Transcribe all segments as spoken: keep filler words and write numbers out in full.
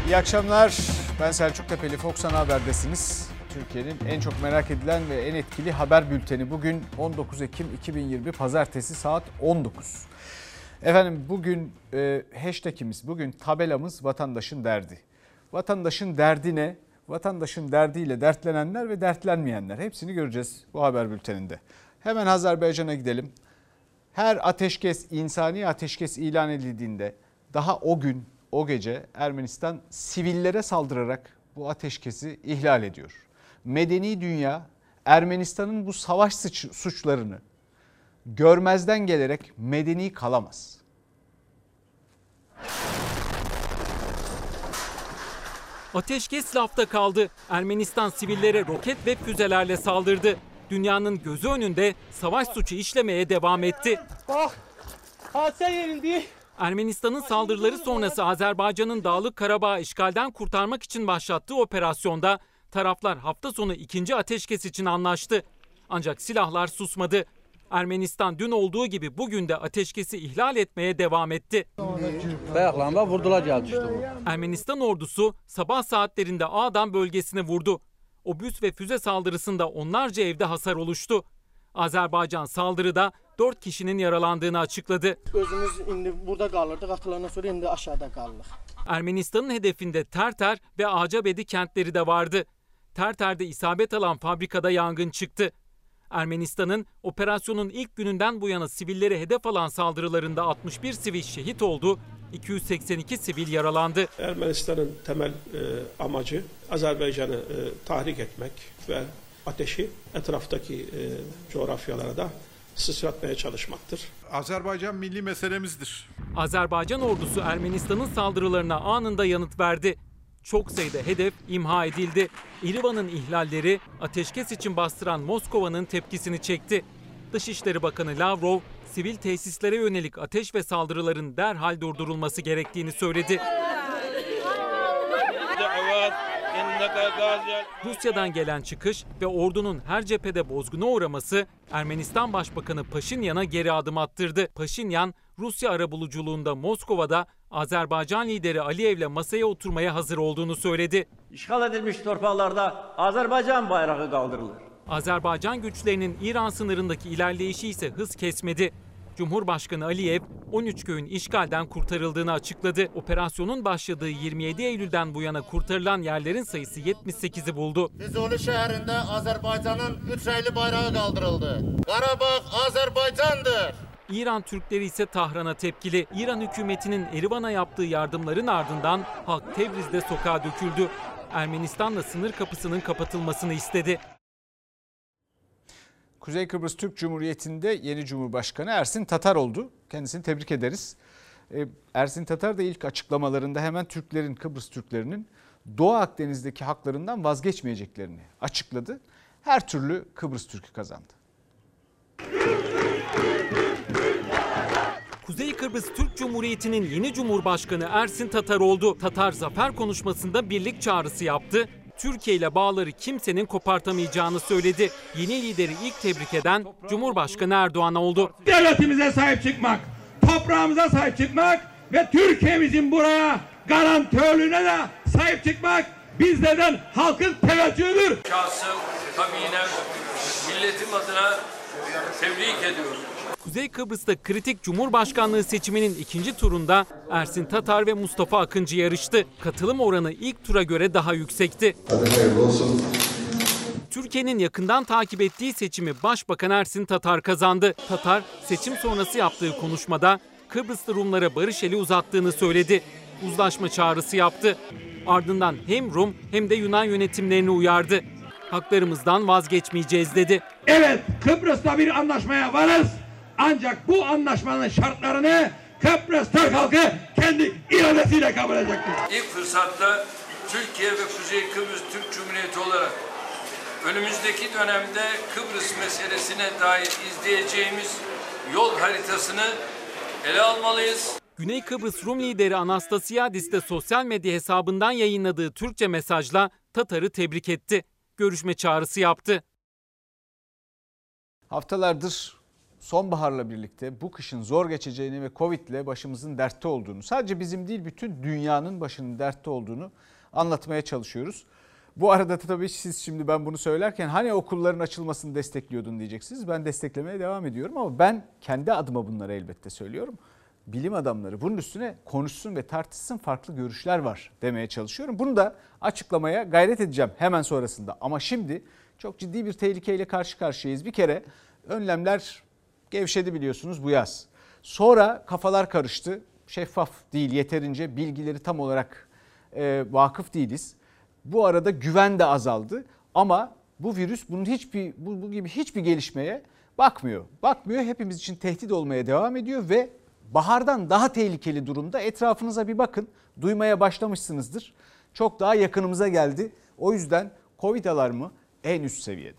İyi akşamlar. Ben Selçuk Tepeli. Fox Ana Haber'desiniz. Türkiye'nin en çok merak edilen ve en etkili haber bülteni. Bugün on dokuz Ekim iki bin yirmi Pazartesi saat on dokuz. Efendim bugün e, hashtagimiz, bugün tabelamız vatandaşın derdi. Vatandaşın derdi ne? Vatandaşın derdiyle dertlenenler ve dertlenmeyenler. Hepsini göreceğiz bu haber bülteninde. Hemen Azerbaycan'a gidelim. Her ateşkes, insani ateşkes ilan edildiğinde daha o gün, o gece Ermenistan sivillere saldırarak bu ateşkesi ihlal ediyor. Medeni dünya Ermenistan'ın bu savaş suçlarını görmezden gelerek medeni kalamaz. Ateşkes lafta kaldı. Ermenistan sivillere roket ve füzelerle saldırdı. Dünyanın gözü önünde savaş suçu işlemeye devam etti. Bak, hadise yerinde. Ermenistan'ın saldırıları sonrası Azerbaycan'ın Dağlık Karabağ'ı işgalden kurtarmak için başlattığı operasyonda taraflar hafta sonu ikinci ateşkes için anlaştı. Ancak silahlar susmadı. Ermenistan dün olduğu gibi bugün de ateşkesi ihlal etmeye devam etti. Bayaklanma vurdular geldi işte bu. Ermenistan ordusu sabah saatlerinde Ağdam bölgesine vurdu. Obüs ve füze saldırısında onlarca evde hasar oluştu. Azerbaycan saldırıda dört kişinin yaralandığını açıkladı. Özümüz indi burada kalırdık, atılandan sonra indi aşağıda kaldık. Ermenistan'ın hedefinde Terter ve Acabedi kentleri de vardı. Terter'de isabet alan fabrikada yangın çıktı. Ermenistan'ın operasyonun ilk gününden bu yana sivillere hedef alan saldırılarında altmış bir sivil şehit oldu, iki yüz seksen iki sivil yaralandı. Ermenistan'ın temel e, amacı Azerbaycan'ı e, tahrik etmek ve ateşi etraftaki e, coğrafyalara da sıçratmaya çalışmaktır. Azerbaycan milli meselemizdir. Azerbaycan ordusu Ermenistan'ın saldırılarına anında yanıt verdi. Çok sayıda hedef imha edildi. İrivan'ın ihlalleri ateşkes için bastıran Moskova'nın tepkisini çekti. Dışişleri Bakanı Lavrov, sivil tesislere yönelik ateş ve saldırıların derhal durdurulması gerektiğini söyledi. Rusya'dan gelen çıkış ve ordunun her cephede bozguna uğraması Ermenistan Başbakanı Paşinyan'a geri adım attırdı. Paşinyan, Rusya arabuluculuğunda Moskova'da Azerbaycan lideri Aliyev'le masaya oturmaya hazır olduğunu söyledi. İşgal edilmiş torpaklarda Azerbaycan bayrağı kaldırılır. Azerbaycan güçlerinin İran sınırındaki ilerleyişi ise hız kesmedi. Cumhurbaşkanı Aliyev on üç köyün işgalden kurtarıldığını açıkladı. Operasyonun başladığı yirmi yedi Eylül'den bu yana kurtarılan yerlerin sayısı yetmiş sekizi buldu. Füzuli şehrinde Azerbaycan'ın üç reyli bayrağı kaldırıldı. Karabağ Azerbaycan'dır. İran Türkleri ise Tahran'a tepkili. İran hükümetinin Erivan'a yaptığı yardımların ardından halk Tebriz'de sokağa döküldü. Ermenistan'la sınır kapısının kapatılmasını istedi. Kuzey Kıbrıs Türk Cumhuriyeti'nde yeni Cumhurbaşkanı Ersin Tatar oldu. Kendisini tebrik ederiz. Ersin Tatar da ilk açıklamalarında hemen Türklerin, Kıbrıs Türklerinin Doğu Akdeniz'deki haklarından vazgeçmeyeceklerini açıkladı. Her türlü Kıbrıs Türk'ü kazandı. Kuzey Kıbrıs Türk Cumhuriyeti'nin yeni Cumhurbaşkanı Ersin Tatar oldu. Tatar zafer konuşmasında birlik çağrısı yaptı. Türkiye ile bağları kimsenin kopartamayacağını söyledi. Yeni lideri ilk tebrik eden Cumhurbaşkanı Erdoğan oldu. Devletimize sahip çıkmak, toprağımıza sahip çıkmak ve Türkiye'mizin buraya garantörlüğüne de sahip çıkmak bizlerden halkın teveccühüdür. Şahsım, kabinem, milletim adına tebrik ediyorum. Kuzey Kıbrıs'ta kritik Cumhurbaşkanlığı seçiminin ikinci turunda Ersin Tatar ve Mustafa Akıncı yarıştı. Katılım oranı ilk tura göre daha yüksekti. Türkiye'nin yakından takip ettiği seçimi Başbakan Ersin Tatar kazandı. Tatar seçim sonrası yaptığı konuşmada Kıbrıslı Rumlara barış eli uzattığını söyledi. Uzlaşma çağrısı yaptı. Ardından hem Rum hem de Yunan yönetimlerini uyardı. Haklarımızdan vazgeçmeyeceğiz dedi. Evet, Kıbrıs'ta bir anlaşmaya varız. Ancak bu anlaşmanın şartlarını Kıbrıs Türk halkı kendi iradesiyle kabul edecektir. İlk fırsatta Türkiye ve Kuzey Kıbrıs Türk Cumhuriyeti olarak önümüzdeki dönemde Kıbrıs meselesine dair izleyeceğimiz yol haritasını ele almalıyız. Güney Kıbrıs Rum lideri Anastasiadis de sosyal medya hesabından yayınladığı Türkçe mesajla Tatar'ı tebrik etti. Görüşme çağrısı yaptı. Haftalardır sonbaharla birlikte bu kışın zor geçeceğini ve Covid ile başımızın dertte olduğunu, sadece bizim değil bütün dünyanın başının dertte olduğunu anlatmaya çalışıyoruz. Bu arada tabii siz şimdi ben bunu söylerken hani okulların açılmasını destekliyordun diyeceksiniz. Ben desteklemeye devam ediyorum ama ben kendi adıma bunları elbette söylüyorum. Bilim adamları bunun üstüne konuşsun ve tartışsın, farklı görüşler var demeye çalışıyorum. Bunu da açıklamaya gayret edeceğim hemen sonrasında. Ama şimdi çok ciddi bir tehlikeyle karşı karşıyayız. Bir kere önlemler gevşedi biliyorsunuz bu yaz. Sonra kafalar karıştı. Şeffaf değil, yeterince bilgileri tam olarak e, vakıf değiliz. Bu arada güven de azaldı ama bu virüs bunun hiçbir bu, bu gibi hiçbir gelişmeye bakmıyor. Bakmıyor, hepimiz için tehdit olmaya devam ediyor ve bahardan daha tehlikeli durumda. Etrafınıza bir bakın, duymaya başlamışsınızdır. Çok daha yakınımıza geldi. O yüzden Covid alarmı en üst seviyede.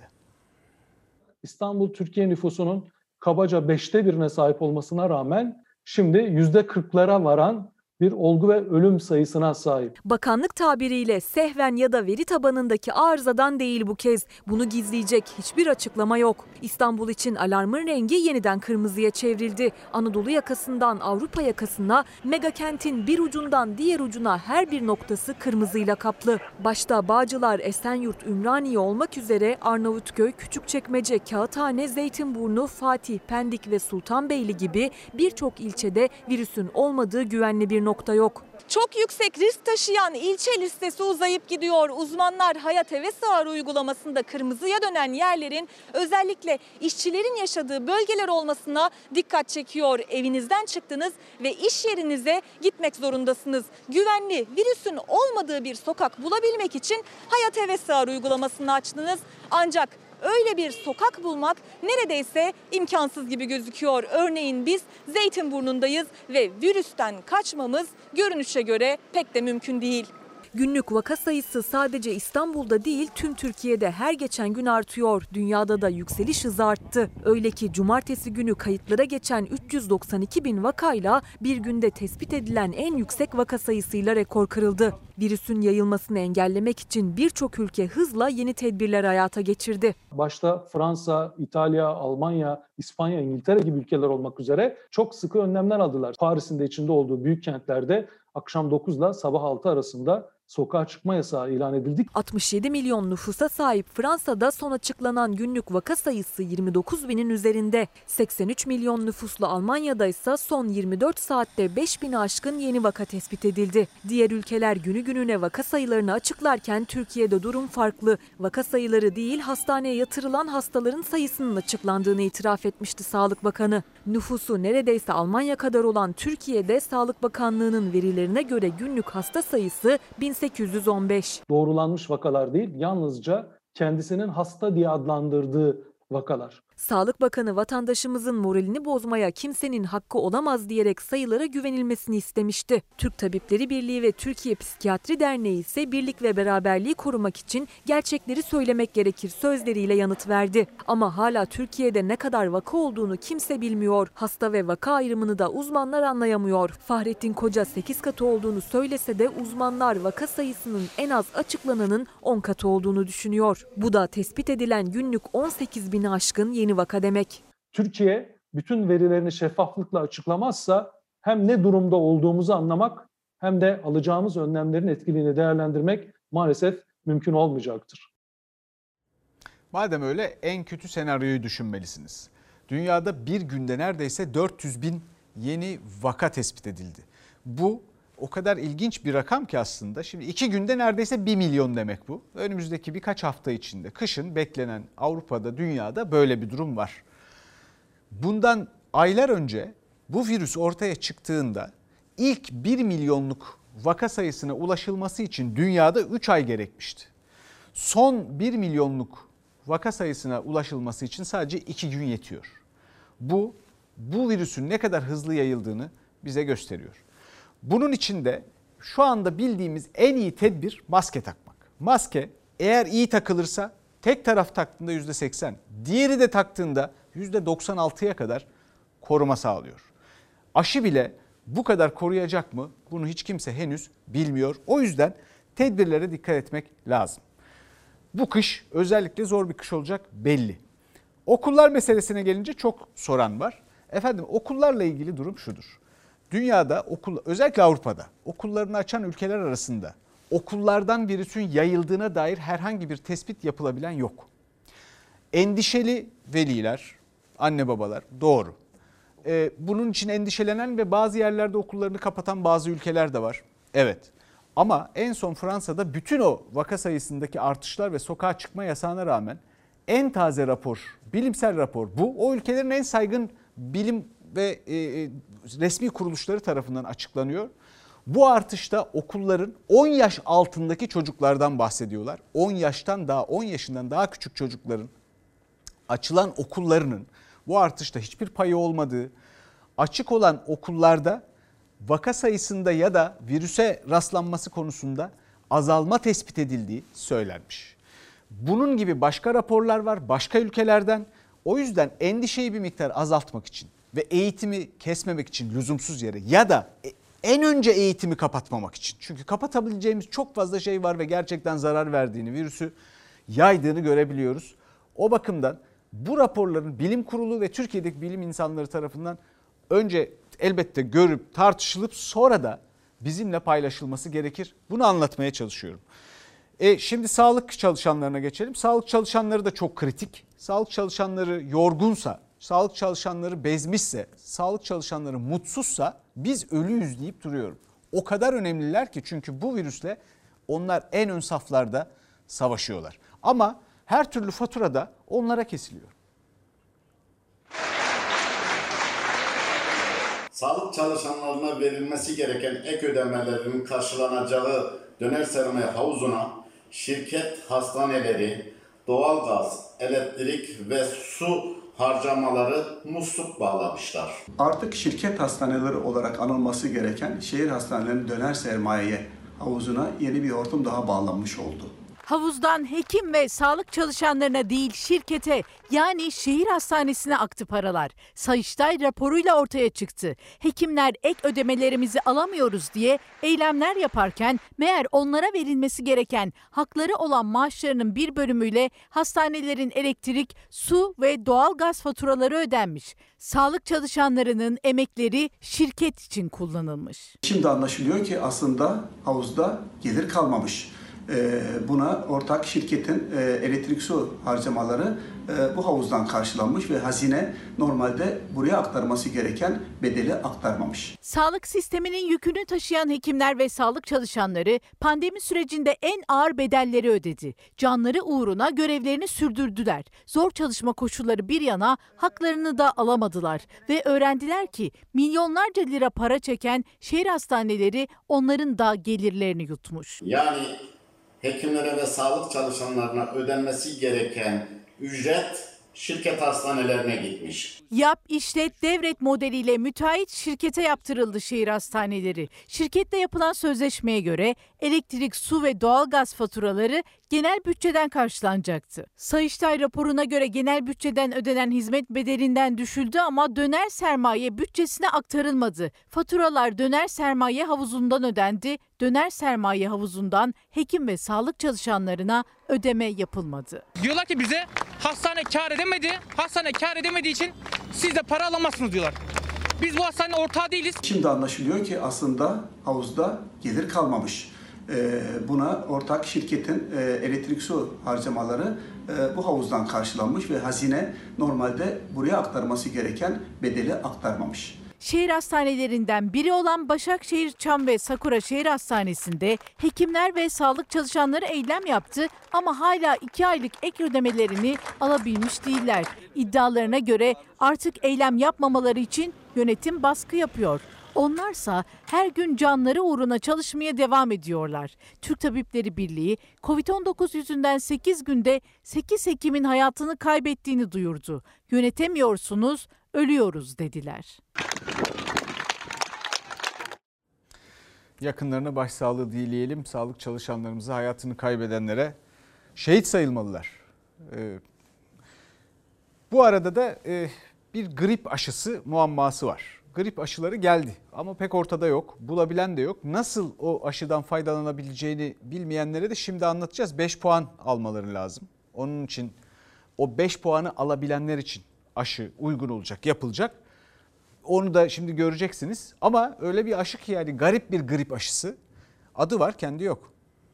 İstanbul Türkiye nüfusunun kabaca beşte birine sahip olmasına rağmen şimdi yüzde kırklara varan bir olgu ve ölüm sayısına sahip. Bakanlık tabiriyle sehven ya da veri tabanındaki arızadan değil bu kez. Bunu gizleyecek hiçbir açıklama yok. İstanbul için alarmın rengi yeniden kırmızıya çevrildi. Anadolu yakasından Avrupa yakasına, mega kentin bir ucundan diğer ucuna her bir noktası kırmızıyla kaplı. Başta Bağcılar, Esenyurt, Ümraniye olmak üzere Arnavutköy, Küçükçekmece, Kağıthane, Zeytinburnu, Fatih, Pendik ve Sultanbeyli gibi birçok ilçede virüsün olmadığı güvenli bir nokta yok. Çok yüksek risk taşıyan ilçe listesi uzayıp gidiyor. Uzmanlar Hayat Eve Sığar uygulamasında kırmızıya dönen yerlerin özellikle işçilerin yaşadığı bölgeler olmasına dikkat çekiyor. Evinizden çıktınız ve iş yerinize gitmek zorundasınız. Güvenli, virüsün olmadığı bir sokak bulabilmek için Hayat Eve Sığar uygulamasını açtınız. Ancak öyle bir sokak bulmak neredeyse imkansız gibi gözüküyor. Örneğin biz Zeytinburnu'ndayız ve virüsten kaçmamız görünüşe göre pek de mümkün değil. Günlük vaka sayısı sadece İstanbul'da değil tüm Türkiye'de her geçen gün artıyor. Dünyada da yükseliş hızı arttı. Öyle ki cumartesi günü kayıtlara geçen üç yüz doksan iki bin vakayla bir günde tespit edilen en yüksek vaka sayısıyla rekor kırıldı. Virüsün yayılmasını engellemek için birçok ülke hızla yeni tedbirler hayata geçirdi. Başta Fransa, İtalya, Almanya, İspanya, İngiltere gibi ülkeler olmak üzere çok sıkı önlemler aldılar. Paris'in de içinde olduğu büyük kentlerde akşam dokuz ile sabah altı arasında sokağa çıkma yasağı ilan edildi. altmış yedi milyon nüfusa sahip Fransa'da son açıklanan günlük vaka sayısı yirmi dokuz binin üzerinde. seksen üç milyon nüfuslu Almanya'da ise son yirmi dört saatte beş bini aşkın yeni vaka tespit edildi. Diğer ülkeler günü gününe vaka sayılarını açıklarken Türkiye'de durum farklı. Vaka sayıları değil, hastaneye yatırılan hastaların sayısının açıklandığını itiraf etmişti Sağlık Bakanı. Nüfusu neredeyse Almanya kadar olan Türkiye'de Sağlık Bakanlığı'nın verilerine göre günlük hasta sayısı bin sekiz yüz on beş. Doğrulanmış vakalar değil, yalnızca kendisinin hasta diye adlandırdığı vakalar. Sağlık Bakanı vatandaşımızın moralini bozmaya kimsenin hakkı olamaz diyerek sayılara güvenilmesini istemişti. Türk Tabipleri Birliği ve Türkiye Psikiyatri Derneği ise birlik ve beraberliği korumak için gerçekleri söylemek gerekir sözleriyle yanıt verdi. Ama hala Türkiye'de ne kadar vaka olduğunu kimse bilmiyor. Hasta ve vaka ayrımını da uzmanlar anlayamıyor. Fahrettin Koca sekiz katı olduğunu söylese de uzmanlar vaka sayısının en az açıklananın on katı olduğunu düşünüyor. Bu da tespit edilen günlük on sekiz bini aşkın yeni vaka demek. Türkiye bütün verilerini şeffaflıkla açıklamazsa hem ne durumda olduğumuzu anlamak hem de alacağımız önlemlerin etkiliğini değerlendirmek maalesef mümkün olmayacaktır. Madem öyle en kötü senaryoyu düşünmelisiniz. Dünyada bir günde neredeyse dört yüz bin yeni vaka tespit edildi. Bu o kadar ilginç bir rakam ki aslında. Şimdi iki günde neredeyse bir milyon demek bu. Önümüzdeki birkaç hafta içinde kışın beklenen Avrupa'da, dünyada böyle bir durum var. Bundan aylar önce bu virüs ortaya çıktığında ilk bir milyonluk vaka sayısına ulaşılması için dünyada üç ay gerekmişti. Son bir milyonluk vaka sayısına ulaşılması için sadece iki gün yetiyor. Bu, bu virüsün ne kadar hızlı yayıldığını bize gösteriyor. Bunun için de şu anda bildiğimiz en iyi tedbir maske takmak. Maske eğer iyi takılırsa tek taraf taktığında yüzde seksen, diğeri de taktığında yüzde doksan altıya kadar koruma sağlıyor. Aşı bile bu kadar koruyacak mı? Bunu hiç kimse henüz bilmiyor. O yüzden tedbirlere dikkat etmek lazım. Bu kış özellikle zor bir kış olacak belli. Okullar meselesine gelince çok soran var. Efendim okullarla ilgili durum şudur. Dünyada okul, özellikle Avrupa'da okullarını açan ülkeler arasında okullardan virüsün yayıldığına dair herhangi bir tespit yapılabilen yok. Endişeli veliler, anne babalar doğru. Ee, bunun için endişelenen ve bazı yerlerde okullarını kapatan bazı ülkeler de var. Evet. Ama en son Fransa'da bütün o vaka sayısındaki artışlar ve sokağa çıkma yasağına rağmen en taze rapor, bilimsel rapor bu. O ülkelerin en saygın bilim ve e, resmi kuruluşları tarafından açıklanıyor. Bu artışta okulların on yaş altındaki çocuklardan bahsediyorlar. on yaştan daha on yaşından daha küçük çocukların açılan okullarının bu artışta hiçbir payı olmadığı, açık olan okullarda vaka sayısında ya da virüse rastlanması konusunda azalma tespit edildiği söylenmiş. Bunun gibi başka raporlar var başka ülkelerden. O yüzden endişeyi bir miktar azaltmak için ve eğitimi kesmemek için lüzumsuz yere ya da en önce eğitimi kapatmamak için. Çünkü kapatabileceğimiz çok fazla şey var ve gerçekten zarar verdiğini, virüsü yaydığını görebiliyoruz. O bakımdan bu raporların bilim kurulu ve Türkiye'deki bilim insanları tarafından önce elbette görüp tartışılıp sonra da bizimle paylaşılması gerekir. Bunu anlatmaya çalışıyorum. E şimdi sağlık çalışanlarına geçelim. Sağlık çalışanları da çok kritik. Sağlık çalışanları yorgunsa, sağlık çalışanları bezmişse, sağlık çalışanları mutsuzsa biz ölüyüz deyip duruyorum. O kadar önemliler ki çünkü bu virüsle onlar en ön saflarda savaşıyorlar. Ama her türlü fatura da onlara kesiliyor. Sağlık çalışanlarına verilmesi gereken ek ödemelerin karşılanacağı döner sermaye havuzuna şirket hastaneleri, doğalgaz, elektrik ve su harcamaları musluk bağlamışlar. Artık şirket hastaneleri olarak anılması gereken şehir hastanelerinin döner sermaye havuzuna yeni bir hortum daha bağlanmış oldu. Havuzdan hekim ve sağlık çalışanlarına değil şirkete yani şehir hastanesine aktı paralar. Sayıştay raporuyla ortaya çıktı. Hekimler ek ödemelerimizi alamıyoruz diye eylemler yaparken meğer onlara verilmesi gereken hakları olan maaşlarının bir bölümüyle hastanelerin elektrik, su ve doğalgaz faturaları ödenmiş. Sağlık çalışanlarının emekleri şirket için kullanılmış. Şimdi anlaşılıyor ki aslında havuzda gelir kalmamış. Buna ortak şirketin elektrik su harcamaları bu havuzdan karşılanmış ve hazine normalde buraya aktarması gereken bedeli aktarmamış. Sağlık sisteminin yükünü taşıyan hekimler ve sağlık çalışanları pandemi sürecinde en ağır bedelleri ödedi. Canları uğruna görevlerini sürdürdüler. Zor çalışma koşulları bir yana haklarını da alamadılar ve öğrendiler ki milyonlarca lira para çeken şehir hastaneleri onların da gelirlerini yutmuş. Yani hekimlere ve sağlık çalışanlarına ödenmesi gereken ücret şirket hastanelerine gitmiş. Yap, işlet, devret modeliyle müteahhit şirkete yaptırıldı şehir hastaneleri. Şirketle yapılan sözleşmeye göre elektrik, su ve doğalgaz faturaları genel bütçeden karşılanacaktı. Sayıştay raporuna göre genel bütçeden ödenen hizmet bedelinden düşüldü ama döner sermaye bütçesine aktarılmadı. Faturalar döner sermaye havuzundan ödendi. Döner sermaye havuzundan hekim ve sağlık çalışanlarına ödeme yapılmadı. Diyorlar ki bize hastane kar edemedi. Hastane kar edemediği için siz de para alamazsınız diyorlar. Biz bu hastanenin ortağı değiliz. Şimdi anlaşılıyor ki aslında havuzda gelir kalmamış. Buna ortak şirketin elektrik su harcamaları bu havuzdan karşılanmış ve hazine normalde buraya aktarması gereken bedeli aktarmamış. Şehir hastanelerinden biri olan Başakşehir, Çam ve Sakura Şehir Hastanesi'nde hekimler ve sağlık çalışanları eylem yaptı ama hala iki aylık ek ödemelerini alabilmiş değiller. İddialarına göre artık eylem yapmamaları için yönetim baskı yapıyor. Onlarsa her gün canları uğruna çalışmaya devam ediyorlar. Türk Tabipleri Birliği, kovid on dokuz yüzünden sekiz günde sekiz hekimin hayatını kaybettiğini duyurdu. Yönetemiyorsunuz, ölüyoruz dediler. Yakınlarına başsağlığı dileyelim. Sağlık çalışanlarımıza, hayatını kaybedenlere şehit sayılmalılar. Ee, bu arada da e, bir grip aşısı muamması var. Grip aşıları geldi ama pek ortada yok. Bulabilen de yok. Nasıl o aşıdan faydalanabileceğini bilmeyenlere de şimdi anlatacağız. beş puan almaları lazım. Onun için o beş puanı alabilenler için aşı uygun olacak, yapılacak. Onu da şimdi göreceksiniz ama öyle bir aşı ki yani garip bir grip aşısı. Adı var, kendi yok.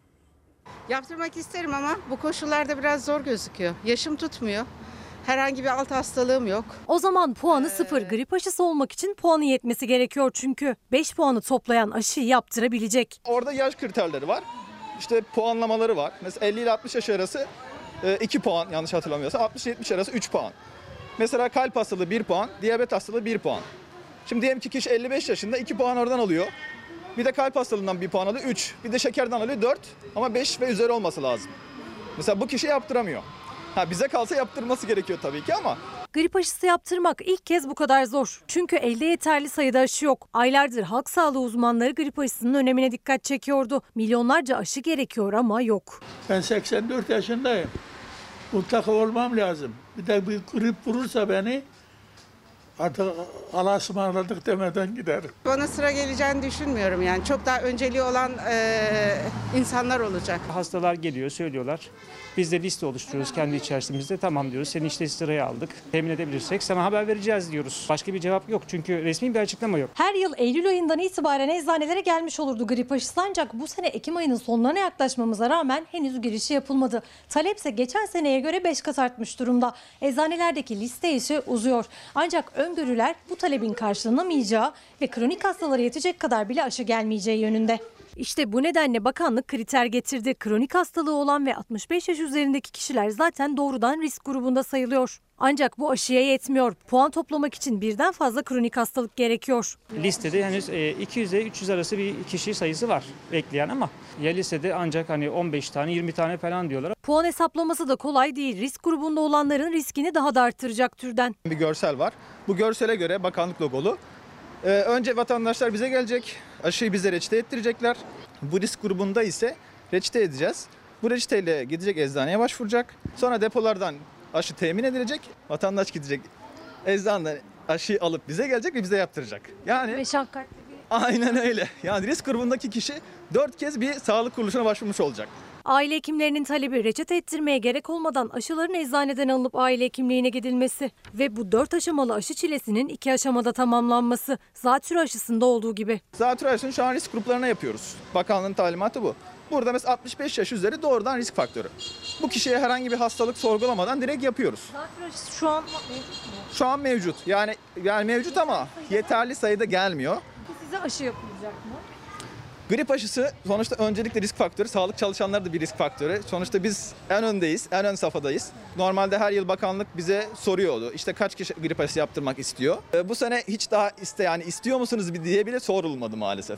Yaptırmak isterim ama bu koşullarda biraz zor gözüküyor. Yaşım tutmuyor. Herhangi bir alt hastalığım yok. O zaman puanı sıfır grip aşısı olmak için puanı yetmesi gerekiyor çünkü beş puanı toplayan aşıyı yaptırabilecek. Orada yaş kriterleri var. İşte puanlamaları var. Mesela elli ile altmış yaş arası iki puan, yanlış hatırlamıyorsam. altmış yetmiş arası üç puan. Mesela kalp hastalığı bir puan, diyabet hastalığı bir puan. Şimdi diyelim ki kişi elli beş yaşında iki puan oradan alıyor. Bir de kalp hastalığından bir puan alıyor üç. Bir de şekerden alıyor dört ama beş ve üzeri olması lazım. Mesela bu kişi yaptıramıyor. Ha, bize kalsa yaptırması gerekiyor tabii ki ama. Grip aşısı yaptırmak ilk kez bu kadar zor. Çünkü elde yeterli sayıda aşı yok. Aylardır halk sağlığı uzmanları grip aşısının önemine dikkat çekiyordu. Milyonlarca aşı gerekiyor ama yok. Ben seksen dört yaşındayım. Mutlaka olmam lazım. Bir de bir grip vurursa beni artık Allah'a ısmarladık demeden giderim. Bana sıra geleceğini düşünmüyorum yani. Çok daha önceliği olan e, insanlar olacak. Hastalar geliyor, söylüyorlar. Biz de liste oluşturuyoruz kendi içerisinde. Tamam diyoruz, seni işte sıraya aldık. Temin edebilirsek sana haber vereceğiz diyoruz. Başka bir cevap yok çünkü resmi bir açıklama yok. Her yıl Eylül ayından itibaren eczanelere gelmiş olurdu grip aşısı ancak bu sene Ekim ayının sonlarına yaklaşmamıza rağmen henüz girişi yapılmadı. Talepse geçen seneye göre beş kat artmış durumda. Eczanelerdeki liste ise uzuyor. Ancak öngörüler bu talebin karşılanamayacağı ve kronik hastalara yetecek kadar bile aşı gelmeyeceği yönünde. İşte bu nedenle bakanlık kriter getirdi. Kronik hastalığı olan ve altmış beş yaş üzerindeki kişiler zaten doğrudan risk grubunda sayılıyor. Ancak bu aşıya yetmiyor. Puan toplamak için birden fazla kronik hastalık gerekiyor. Listede henüz iki yüz ile üç yüz arası bir kişi sayısı var bekleyen ama ya listede ancak hani on beş tane yirmi tane falan diyorlar. Puan hesaplaması da kolay değil. Risk grubunda olanların riskini daha da arttıracak türden. Bir görsel var. Bu görsele göre bakanlık logolu. Ee, önce vatandaşlar bize gelecek. Aşıyı bize reçete ettirecekler. Bu risk grubunda ise reçete edeceğiz. Bu reçeteyle gidecek eczaneye başvuracak. Sonra depolardan aşı temin edilecek. Vatandaş gidecek eczaneden aşıyı alıp bize gelecek ve bize yaptıracak. Yani meşakkatli. Aynen öyle. Yani risk grubundaki kişi dört kez bir sağlık kuruluşuna başvurmuş olacak. Aile hekimlerinin talebi reçete ettirmeye gerek olmadan aşıların eczaneden alınıp aile hekimliğine gidilmesi ve bu dört aşamalı aşı çilesinin iki aşamada tamamlanması zatürre aşısında olduğu gibi. Zatürre aşısını şu an risk gruplarına yapıyoruz. Bakanlığın talimatı bu. Burada mesela altmış beş yaş üzeri doğrudan risk faktörü. Bu kişiye herhangi bir hastalık sorgulamadan direkt yapıyoruz. Zatürre aşısı şu an mevcut mu? Şu an mevcut. Yani yani mevcut ama yeterli sayıda gelmiyor. Size aşı yapılacak mı? Grip aşısı sonuçta öncelikle risk faktörü, sağlık çalışanları da bir risk faktörü. Sonuçta biz en öndeyiz, en ön safhadayız. Normalde her yıl bakanlık bize soruyordu. İşte kaç kişi grip aşısı yaptırmak istiyor. Bu sene hiç daha iste yani istiyor musunuz diye bile sorulmadı maalesef.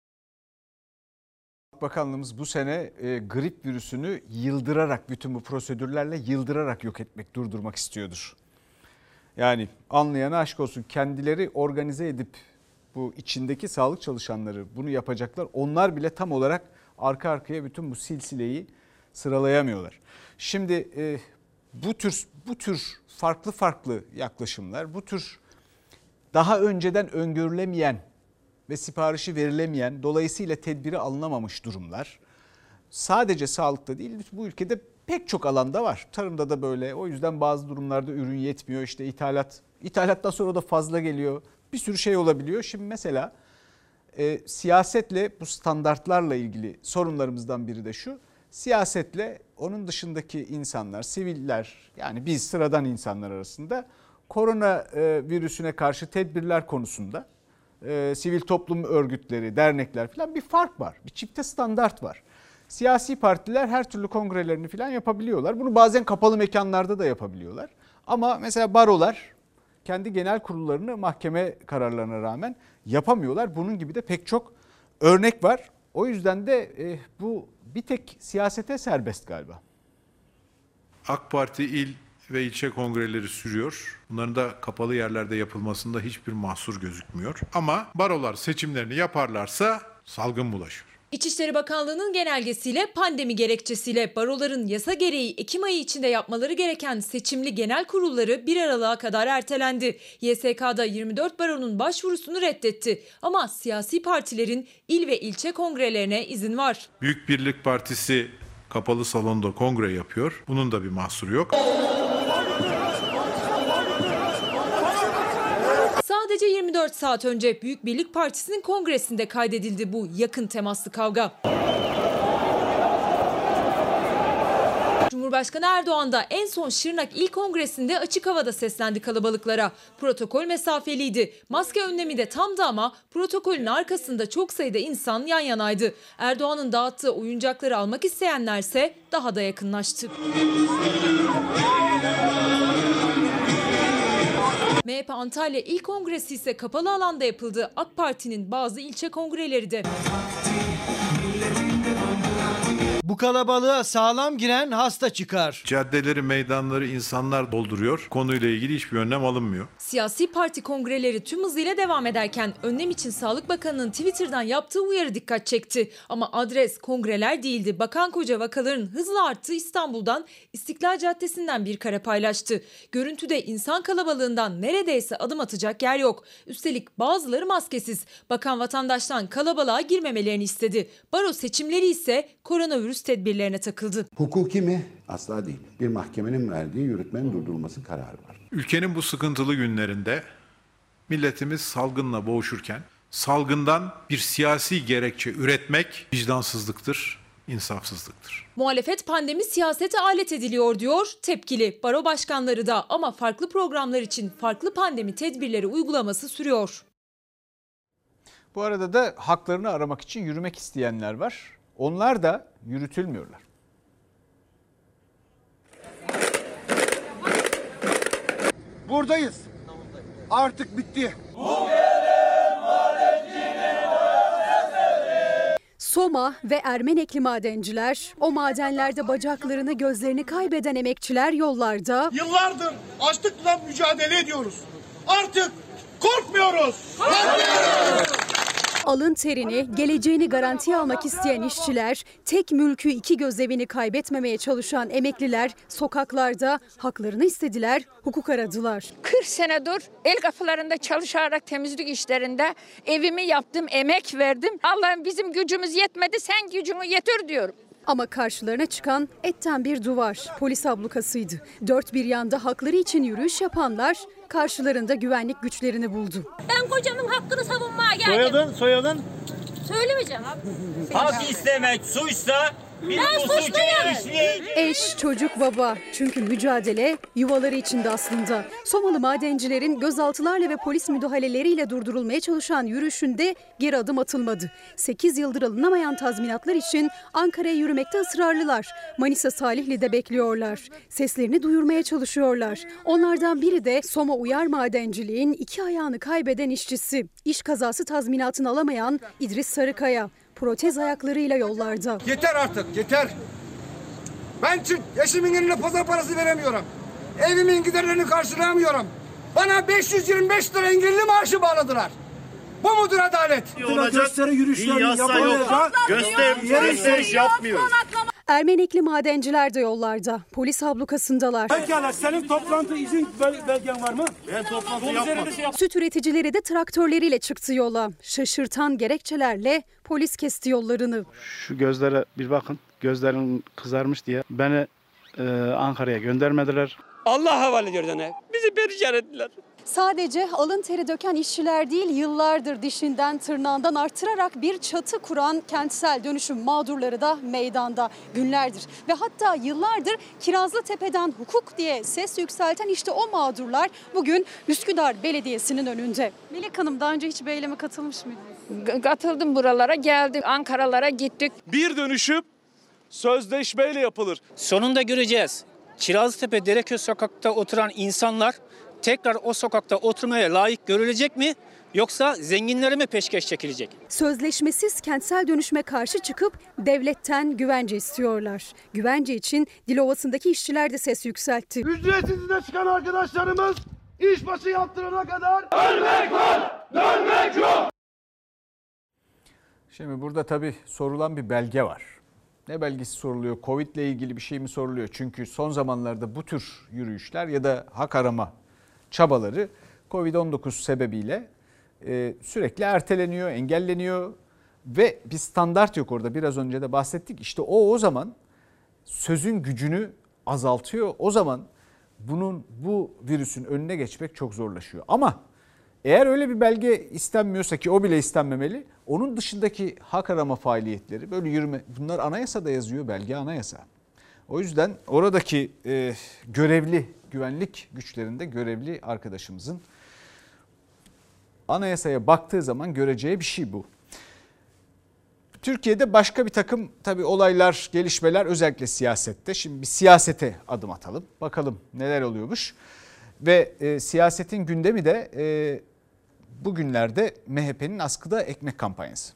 Bakanlığımız bu sene e, grip virüsünü yıldırarak, bütün bu prosedürlerle yıldırarak yok etmek, durdurmak istiyordur. Yani anlayana aşk olsun, kendileri organize edip bu içindeki sağlık çalışanları bunu yapacaklar. Onlar bile tam olarak arka arkaya bütün bu silsileyi sıralayamıyorlar. Şimdi e, bu tür bu tür farklı farklı yaklaşımlar, bu tür daha önceden öngörülemeyen ve siparişi verilemeyen, dolayısıyla tedbiri alınamamış durumlar sadece sağlıkta değil, bu ülkede pek çok alanda var. Tarımda da böyle. O yüzden bazı durumlarda ürün yetmiyor. İşte ithalat, ithalattan sonra da fazla geliyor. Bir sürü şey olabiliyor. Şimdi mesela e, siyasetle, bu standartlarla ilgili sorunlarımızdan biri de şu. Siyasetle onun dışındaki insanlar, siviller, yani biz sıradan insanlar arasında korona e, virüsüne karşı tedbirler konusunda e, sivil toplum örgütleri, dernekler falan bir fark var. Bir çifte standart var. Siyasi partiler her türlü kongrelerini falan yapabiliyorlar. Bunu bazen kapalı mekanlarda da yapabiliyorlar. Ama mesela barolar kendi genel kurullarını mahkeme kararlarına rağmen yapamıyorlar. Bunun gibi de pek çok örnek var. O yüzden de e, bu bir tek siyasete serbest galiba. AK Parti il ve ilçe kongreleri sürüyor. Bunların da kapalı yerlerde yapılmasında hiçbir mahsur gözükmüyor. Ama barolar seçimlerini yaparlarsa salgın bulaşır. İçişleri Bakanlığı'nın genelgesiyle pandemi gerekçesiyle baroların yasa gereği Ekim ayı içinde yapmaları gereken seçimli genel kurulları bir Aralık'a kadar ertelendi. Y S K'da yirmi dört baronun başvurusunu reddetti ama siyasi partilerin il ve ilçe kongrelerine izin var. Büyük Birlik Partisi kapalı salonda kongre yapıyor. Bunun da bir mahsuru yok. yirmi dört saat önce Büyük Birlik Partisi'nin kongresinde kaydedildi bu yakın temaslı kavga. Cumhurbaşkanı Erdoğan da en son Şırnak İl Kongresi'nde açık havada seslendi kalabalıklara. Protokol mesafeliydi. Maske önlemi de tamdı ama protokolün arkasında çok sayıda insan yan yanaydı. Erdoğan'ın dağıttığı oyuncakları almak isteyenlerse daha da yakınlaştı. M H P Antalya İl Kongresi ise kapalı alanda yapıldı. AK Parti'nin bazı ilçe kongreleri de. Bu kalabalığa sağlam giren hasta çıkar. Caddeleri, meydanları insanlar dolduruyor. Konuyla ilgili hiçbir önlem alınmıyor. Siyasi parti kongreleri tüm hızıyla devam ederken önlem için Sağlık Bakanı'nın Twitter'dan yaptığı uyarı dikkat çekti. Ama adres kongreler değildi. Bakan Koca vakaların hızla arttığı İstanbul'dan İstiklal Caddesi'nden bir kare paylaştı. Görüntüde insan kalabalığından neredeyse adım atacak yer yok. Üstelik bazıları maskesiz. Bakan vatandaştan kalabalığa girmemelerini istedi. Baro seçimleri ise koronavirüs tedbirlerine takıldı. Hukuki mi? Asla değil. Bir mahkemenin verdiği yürütmenin durdurulması kararı var. Ülkenin bu sıkıntılı günlerinde milletimiz salgınla boğuşurken salgından bir siyasi gerekçe üretmek vicdansızlıktır, insafsızlıktır. Muhalefet pandemi siyasete alet ediliyor diyor, tepkili. Baro başkanları da ama farklı programlar için farklı pandemi tedbirleri uygulaması sürüyor. Bu arada da haklarını aramak için yürümek isteyenler var. Onlar da yürütülmüyorlar. Buradayız. Artık bitti. Soma ve Ermenekli madenciler, o madenlerde bacaklarını, gözlerini kaybeden emekçiler yollarda. Yıllardır açlıkla mücadele ediyoruz. Artık korkmuyoruz. Korkmuyoruz. Alın terini, geleceğini garantiye almak isteyen işçiler, tek mülkü iki gözevini kaybetmemeye çalışan emekliler sokaklarda haklarını istediler, hukuk aradılar. kırk senedir el kapılarında çalışarak temizlik işlerinde evimi yaptım, emek verdim. Allah'ım bizim gücümüz yetmedi, sen gücünü yetir diyorum. Ama karşılarına çıkan etten bir duvar, polis ablukasıydı. Dört bir yanda hakları için yürüyüş yapanlar karşılarında güvenlik güçlerini buldu. Ben kocamın hakkını savunmaya geldim. Soyadın, soyadın? Söylemeyeceğim. Hak istemek suçsa biz Ben bu suçu suçluyum. işleyelim. Eş, çocuk, baba. Çünkü mücadele yuvaları içinde aslında. Somalı madencilerin gözaltılarla ve polis müdahaleleriyle durdurulmaya çalışan yürüyüşünde geri adım atılmadı. sekiz yıldır alınamayan tazminatlar için Ankara'ya yürümekte ısrarlılar. Manisa Salihli'de bekliyorlar. Seslerini duyurmaya çalışıyorlar. Onlardan biri de Soma Uyar Madenciliğin iki ayağını kaybeden işçisi. İş kazası tazminatını alamayan İdris Sarıkaya. Protez ayaklarıyla yollarda. Yeter artık, yeter. Ben Türk, eşimin eline pazar parası veremiyorum. Evimin giderlerini karşılayamıyorum. Bana beş yüz yirmi beş lira engelli maaşı bağladılar. Bu mudur adalet? Gösteri yürüyüşlerini yapmayacak. Gösteriş yapmıyor. Ermenekli madenciler de yollarda. Polis ablukasındalar. Pekala, senin toplantı izin belgen var mı? Ben toplantı yapmadım. Süt üreticileri de traktörleriyle çıktı yola. Şaşırtan gerekçelerle polis kesti yollarını. Şu gözlere bir bakın. Gözlerim kızarmış diye beni e, Ankara'ya göndermediler. Allah havale ediyor ne? Bizi perişan ettiler. Sadece alın teri döken işçiler değil, yıllardır dişinden tırnağından artırarak bir çatı kuran kentsel dönüşüm mağdurları da meydanda günlerdir. Ve hatta yıllardır Kirazlıtepe'den hukuk diye ses yükselten işte o mağdurlar bugün Üsküdar Belediyesi'nin önünde. Melek Hanım, daha önce hiç bir eyleme katılmış mıydınız? Katıldım buralara, geldim Ankara'lara gittik. Bir dönüşüm sözleşmeyle yapılır. Sonunda göreceğiz. Kirazlıtepe Dereköy sokakta oturan insanlar tekrar o sokakta oturmaya layık görülecek mi? Yoksa zenginlere mi peşkeş çekilecek? Sözleşmesiz kentsel dönüşüme karşı çıkıp devletten güvence istiyorlar. Güvence için Dilovası'ndaki işçiler de ses yükseltti. Ücretsiz izne çıkan arkadaşlarımız işbaşı yaptırana kadar ölmek var, dönmek yok. Şimdi burada tabii sorulan bir belge var. Ne belgesi soruluyor? Covid ile ilgili bir şey mi soruluyor? Çünkü son zamanlarda bu tür yürüyüşler ya da hak arama çabaları kovid on dokuz sebebiyle e, sürekli erteleniyor, engelleniyor ve bir standart yok orada. Biraz önce de bahsettik. İşte o o zaman sözün gücünü azaltıyor. O zaman bunun bu virüsün önüne geçmek çok zorlaşıyor. Ama Eğer öyle bir belge istenmiyorsa, ki o bile istenmemeli, onun dışındaki hak arama faaliyetleri, böyle yürüme, bunlar anayasada yazıyor, belge anayasa. O yüzden oradaki e, görevli güvenlik güçlerinde görevli arkadaşımızın anayasaya baktığı zaman göreceği bir şey bu. Türkiye'de başka bir takım tabii olaylar, gelişmeler, özellikle siyasette. Şimdi bir siyasete adım atalım. Bakalım neler oluyormuş. Ve e, siyasetin gündemi de e, bugünlerde M H P'nin askıda ekmek kampanyası.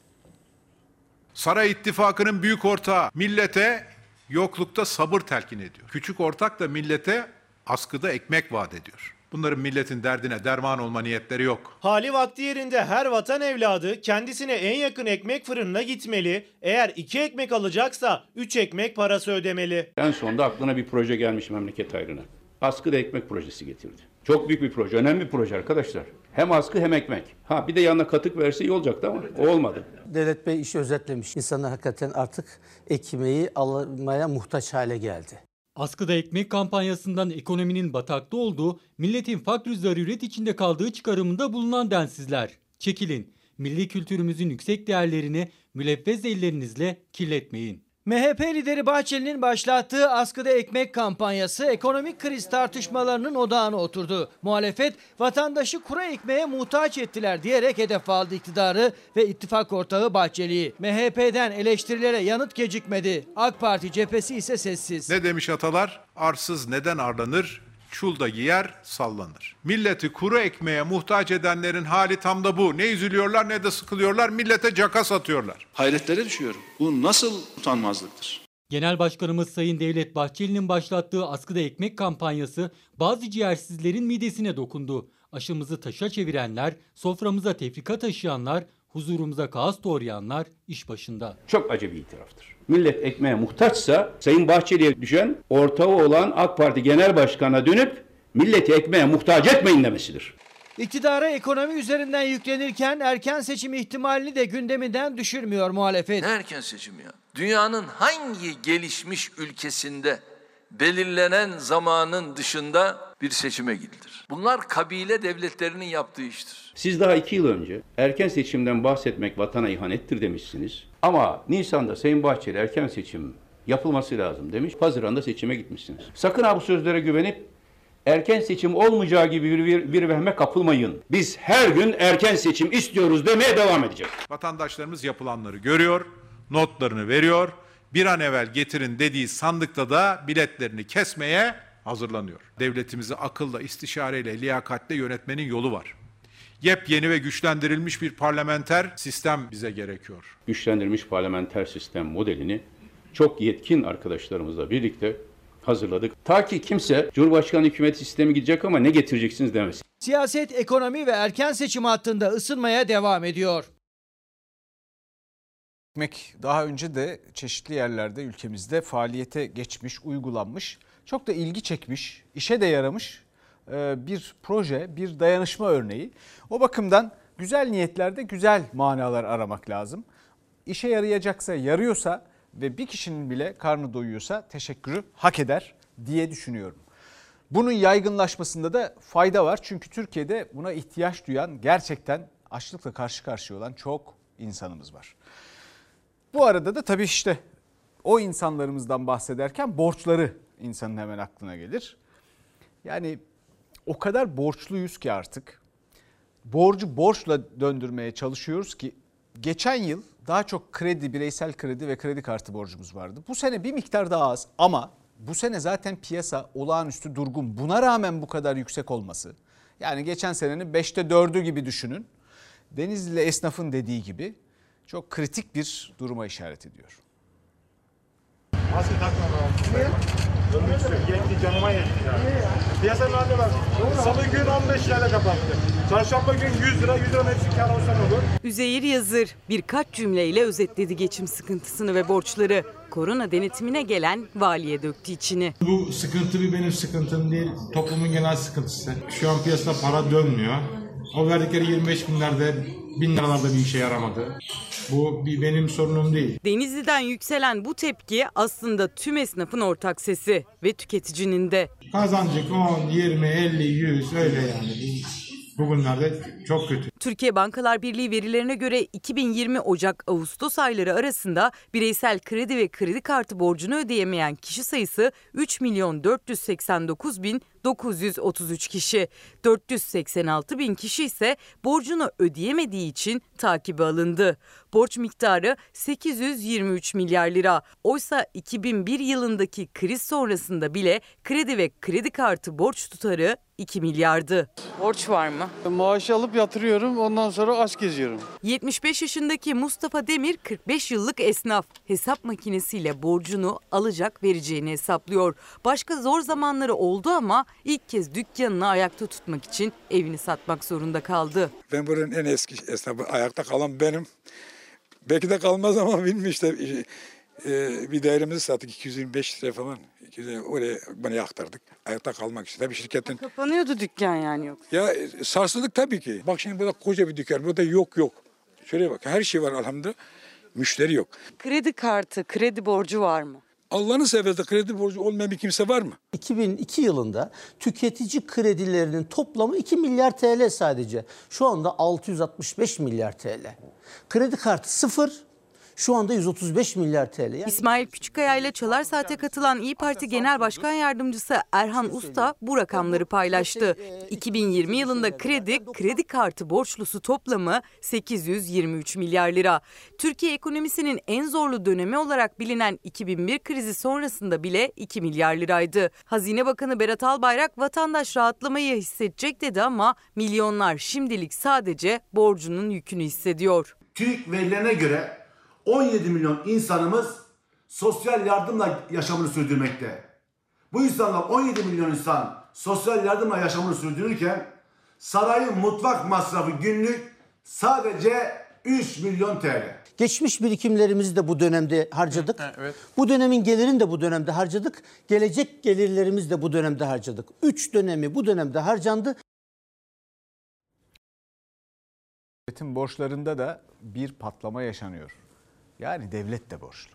Saray İttifakı'nın büyük ortağı millete yoklukta sabır telkin ediyor. Küçük ortak da millete askıda ekmek vaat ediyor. Bunların milletin derdine derman olma niyetleri yok. Hali vakti yerinde her vatan evladı kendisine en yakın ekmek fırınına gitmeli. Eğer iki ekmek alacaksa üç ekmek parası ödemeli. En sonunda aklına bir proje gelmiş memleket hayrına. Askıda ekmek projesi getirdi. Çok büyük bir proje, önemli bir proje arkadaşlar. Hem askı hem ekmek. Ha bir de yanına katık verse iyi olacaktı ama o olmadı. Devlet Bey işi özetlemiş. İnsanlar hakikaten artık ekmeği almaya muhtaç hale geldi. Askıda ekmek kampanyasından ekonominin batakta olduğu, milletin fakr-ı zaruret içinde kaldığı çıkarımında bulunan densizler. Çekilin, milli kültürümüzün yüksek değerlerini mülevvez ellerinizle kirletmeyin. M H P lideri Bahçeli'nin başlattığı askıda ekmek kampanyası ekonomik kriz tartışmalarının odağına oturdu. Muhalefet vatandaşı kuru ekmeğe muhtaç ettiler diyerek hedef aldı iktidarı ve ittifak ortağı Bahçeli'yi. M H P'den eleştirilere yanıt gecikmedi. AK Parti cephesi ise sessiz. Ne demiş atalar? Arsız neden arlanır? Çulda giyer, sallanır. Milleti kuru ekmeğe muhtaç edenlerin hali tam da bu. Ne üzülüyorlar ne de sıkılıyorlar. Millete caka satıyorlar. Hayretlere düşüyorum. Bu nasıl utanmazlıktır? Genel Başkanımız Sayın Devlet Bahçeli'nin başlattığı askıda ekmek kampanyası bazı ciğersizlerin midesine dokundu. Aşımızı taşa çevirenler, soframıza tefrika taşıyanlar, huzurumuza kaos doğrayanlar iş başında. Çok acı bir itiraftır. Millet ekmeğe muhtaçsa Sayın Bahçeli'ye düşen ortağı olan AK Parti Genel Başkanı'na dönüp milleti ekmeğe muhtaç etmeyin demesidir. İktidara ekonomi üzerinden yüklenirken erken seçim ihtimalini de gündeminden düşürmüyor muhalefet. Ne erken seçim ya? Dünyanın hangi gelişmiş ülkesinde belirlenen zamanın dışında bir seçime gidilir? Bunlar kabile devletlerinin yaptığı iştir. Siz daha iki yıl önce erken seçimden bahsetmek vatana ihanettir demişsiniz. Ama Nisan'da Sayın Bahçeli erken seçim yapılması lazım demiş. Haziran'da seçime gitmişsiniz. Sakın ha bu sözlere güvenip erken seçim olmayacağı gibi bir, bir, bir vehme kapılmayın. Biz her gün erken seçim istiyoruz demeye devam edeceğiz. Vatandaşlarımız yapılanları görüyor, notlarını veriyor. Bir an evvel getirin dediği sandıkta da biletlerini kesmeye hazırlanıyor. Devletimizi akılla, istişareyle, liyakatle yönetmenin yolu var. Yepyeni ve güçlendirilmiş bir parlamenter sistem bize gerekiyor. Güçlendirilmiş parlamenter sistem modelini çok yetkin arkadaşlarımızla birlikte hazırladık. Ta ki kimse Cumhurbaşkanı hükümet sistemi gidecek ama ne getireceksiniz demesin. Siyaset, ekonomi ve erken seçim hattında ısınmaya devam ediyor. Ekmek daha önce de çeşitli yerlerde ülkemizde faaliyete geçmiş, uygulanmış, çok da ilgi çekmiş, işe de yaramış bir proje, bir dayanışma örneği. O bakımdan güzel niyetlerde güzel manalar aramak lazım. İşe yarayacaksa, yarıyorsa ve bir kişinin bile karnı doyuyorsa teşekkürü hak eder diye düşünüyorum. Bunun yaygınlaşmasında da fayda var. Çünkü Türkiye'de buna ihtiyaç duyan, gerçekten açlıkla karşı karşıya olan çok insanımız var. Bu arada da tabii işte o insanlarımızdan bahsederken borçları insanın hemen aklına gelir. Yani o kadar borçluyuz ki artık. Borcu borçla döndürmeye çalışıyoruz ki geçen yıl daha çok kredi, bireysel kredi ve kredi kartı borcumuz vardı. Bu sene bir miktar daha az ama bu sene zaten piyasa olağanüstü durgun. Buna rağmen bu kadar yüksek olması. Yani geçen senenin beşte dördü gibi düşünün. Denizli esnafın dediği gibi çok kritik bir duruma işaret ediyor. Maske takmam lazım. Ölmek istiyorum. Yetti, canıma yetti yani. Piyasanın haline bak. Salı gün on beş lirayla kapattı. Çarşamba gün yüz lira, yüz lira hepsi kâr olsan olur. Üzeyir Yazır birkaç cümleyle özetledi geçim sıkıntısını ve borçları. Korona denetimine gelen valiye döktü içini. Bu sıkıntı bir benim sıkıntım değil. Toplumun genel sıkıntısı. Şu an piyasada para dönmüyor. O verdikleri yirmi beş binlerde, bin liralarda bir işe yaramadı. Bu bir benim sorunum değil. Denizli'den yükselen bu tepki aslında tüm esnafın ortak sesi ve tüketicinin de. Kazancık on, yirmi, elli, yüz öyle yani. bugünlerde çok kötü. Türkiye Bankalar Birliği verilerine göre iki bin yirmi Ocak-Ağustos ayları arasında bireysel kredi ve kredi kartı borcunu ödeyemeyen kişi sayısı üç milyon dört yüz seksen dokuz bin dokuz yüz otuz üç kişi. dört yüz seksen altı bin kişi ise borcunu ödeyemediği için takibe alındı. Borç miktarı sekiz yüz yirmi üç milyar lira. Oysa iki bin bir yılındaki kriz sonrasında bile kredi ve kredi kartı borç tutarı iki milyardı. Borç var mı? Maaşı alıp yatırıyorum, ondan sonra aç geziyorum. yetmiş beş yaşındaki Mustafa Demir kırk beş yıllık esnaf. Hesap makinesiyle borcunu alacak vereceğini hesaplıyor. Başka zor zamanları oldu ama ilk kez dükkanını ayakta tutmak için evini satmak zorunda kaldı. Ben buranın en eski esnafı, ayakta kalan benim. Belki de kalmaz ama bilmiyorum işte. Ee, bir dairemizi sattık iki yüz yirmi beş lira falan. Oraya bana aktardık. Ayakta kalmak için. Tabii şirketin... Kapanıyordu dükkan yani yok. Ya sarsıldık tabii ki. Bak şimdi burada koca bir dükkan. Burada yok yok. Şuraya bak, her şey var elhamdülillah. Müşteri yok. Kredi kartı, kredi borcu var mı? Allah'ını seversen kredi borcu olmayan bir kimse var mı? iki bin iki yılında tüketici kredilerinin toplamı iki milyar T L sadece. Şu anda altı yüz altmış beş milyar T L. Kredi kartı sıfır. Şu anda yüz otuz beş milyar T L. Yani... İsmail Küçükkaya ile Çalar Saat'e katılan İYİ Parti Genel Başkan Yardımcısı Erhan Usta bu rakamları paylaştı. iki bin yirmi yılında kredi, kredi kartı borçlusu toplamı sekiz yüz yirmi üç milyar lira. Türkiye ekonomisinin en zorlu dönemi olarak bilinen iki bin bir krizi sonrasında bile iki milyar liraydı. Hazine Bakanı Berat Albayrak vatandaş rahatlamayı hissedecek dedi ama milyonlar şimdilik sadece borcunun yükünü hissediyor. TÜİK verilerine göre on yedi milyon insanımız sosyal yardımla yaşamını sürdürmekte. Bu insanlar on yedi milyon insan sosyal yardımla yaşamını sürdürürken sarayın mutfak masrafı günlük sadece üç milyon T L. Geçmiş birikimlerimizi de bu dönemde harcadık. Evet. Bu dönemin gelirini de bu dönemde harcadık. Gelecek gelirlerimizi de bu dönemde harcadık. Üç dönemi bu dönemde harcandı. Devletin borçlarında da bir patlama yaşanıyor. Yani devlet de borçlu.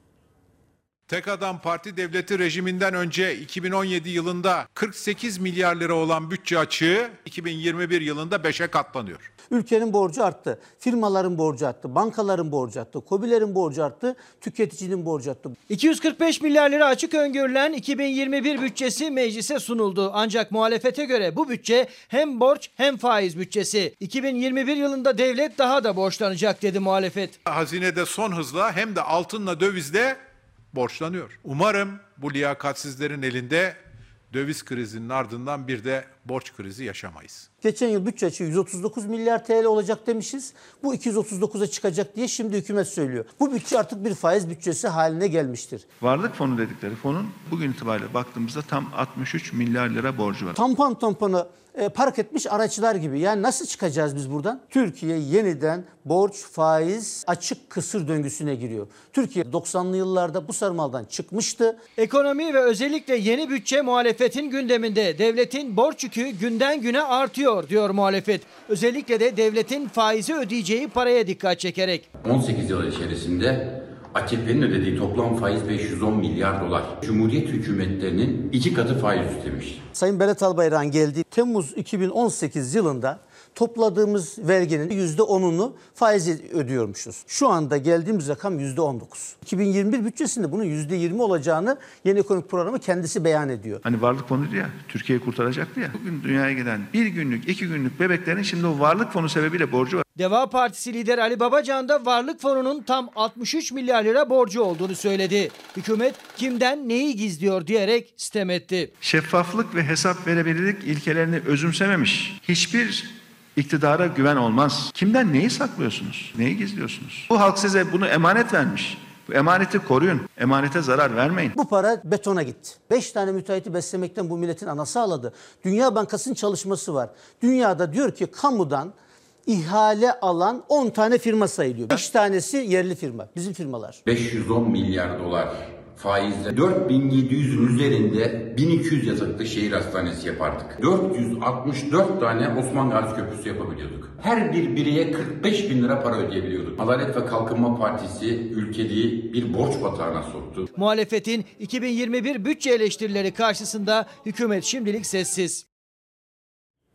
Tek adam parti devleti rejiminden önce iki bin on yedi yılında kırk sekiz milyar lira olan bütçe açığı iki bin yirmi bir yılında beşe katlanıyor. Ülkenin borcu arttı, firmaların borcu arttı, bankaların borcu arttı, KOBİ'lerin borcu arttı, tüketicinin borcu arttı. iki yüz kırk beş milyar lira açık öngörülen iki bin yirmi bir bütçesi meclise sunuldu. Ancak muhalefete göre bu bütçe hem borç hem faiz bütçesi. iki bin yirmi bir yılında devlet daha da borçlanacak dedi muhalefet. Hazinede son hızla hem de altınla dövizle borçlanıyor. Umarım bu liyakatsizlerin elinde döviz krizinin ardından bir de borç krizi yaşamayız. Geçen yıl bütçe açığı yüz otuz dokuz milyar T L olacak demişiz. Bu iki yüz otuz dokuza çıkacak diye şimdi hükümet söylüyor. Bu bütçe artık bir faiz bütçesi haline gelmiştir. Varlık fonu dedikleri fonun bugün itibariyle baktığımızda tam altmış üç milyar lira borcu var. Tampon tampona e, park etmiş araçlar gibi. Yani nasıl çıkacağız biz buradan? Türkiye yeniden borç, faiz, açık kısır döngüsüne giriyor. Türkiye doksanlı yıllarda bu sarmaldan çıkmıştı. Ekonomi ve özellikle yeni bütçe muhalefetin gündeminde. Devletin borç yükü günden güne artıyor diyor muhalefet. Özellikle de devletin faizi ödeyeceği paraya dikkat çekerek. on sekiz yıl içerisinde A K P'nin ödediği toplam faiz beş yüz on milyar dolar. Cumhuriyet hükümetlerinin iki katı faiz ödemiş. Sayın Berat Albayrak'ın geldiği Temmuz iki bin on sekiz yılında topladığımız verginin yüzde onunu faiz ödüyormuşuz. Şu anda geldiğimiz rakam yüzde on dokuz. iki bin yirmi bir bütçesinde bunun yüzde yirmi olacağını yeni ekonomik programı kendisi beyan ediyor. Hani varlık fonuydu ya, Türkiye'yi kurtaracaktı ya. Bugün dünyaya giden bir günlük, iki günlük bebeklerin şimdi o varlık fonu sebebiyle borcu var. Deva Partisi lideri Ali Babacan da varlık fonunun tam altmış üç milyar lira borcu olduğunu söyledi. Hükümet kimden neyi gizliyor diyerek sitem etti. Şeffaflık ve hesap verebilirlik ilkelerini özümsememiş hiçbir iktidara güven olmaz. Kimden neyi saklıyorsunuz? Neyi gizliyorsunuz? Bu halk size bunu emanet vermiş. Bu emaneti koruyun. Emanete zarar vermeyin. Bu para betona gitti. Beş tane müteahhiti beslemekten bu milletin anası ağladı. Dünya Bankası'nın çalışması var. Dünyada diyor ki kamudan ihale alan on tane firma sayılıyor. beş tanesi yerli firma. Bizim firmalar. beş yüz on milyar dolar faizle dört bin yedi yüzün üzerinde bin iki yüz yataklı şehir hastanesi yapardık. dört yüz altmış dört tane Osman Gazi Köprüsü yapabiliyorduk. Her bir bireye kırk beş bin lira para ödeyebiliyorduk. Adalet ve Kalkınma Partisi ülkeyi bir borç batağına soktu. Muhalefetin iki bin yirmi bir bütçe eleştirileri karşısında hükümet şimdilik sessiz.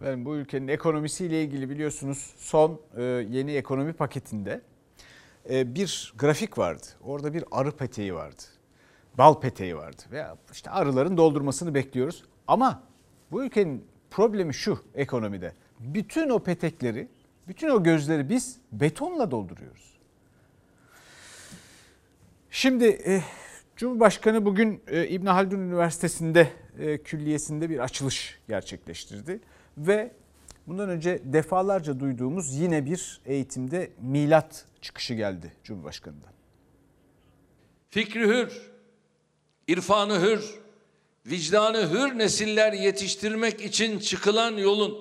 Efendim, bu ülkenin ekonomisiyle ilgili biliyorsunuz son e, yeni ekonomi paketinde e, bir grafik vardı. Orada bir arı peteği vardı. Bal peteği vardı. Veya işte arıların doldurmasını bekliyoruz. Ama bu ülkenin problemi şu ekonomide. Bütün o petekleri, bütün o gözleri biz betonla dolduruyoruz. Şimdi e, Cumhurbaşkanı bugün e, İbn Haldun Üniversitesi'nde e, külliyesinde bir açılış gerçekleştirdi. Ve bundan önce defalarca duyduğumuz yine bir eğitimde milat çıkışı geldi Cumhurbaşkanı'ndan. Fikri hür, irfanı hür, vicdanı hür nesiller yetiştirmek için çıkılan yolun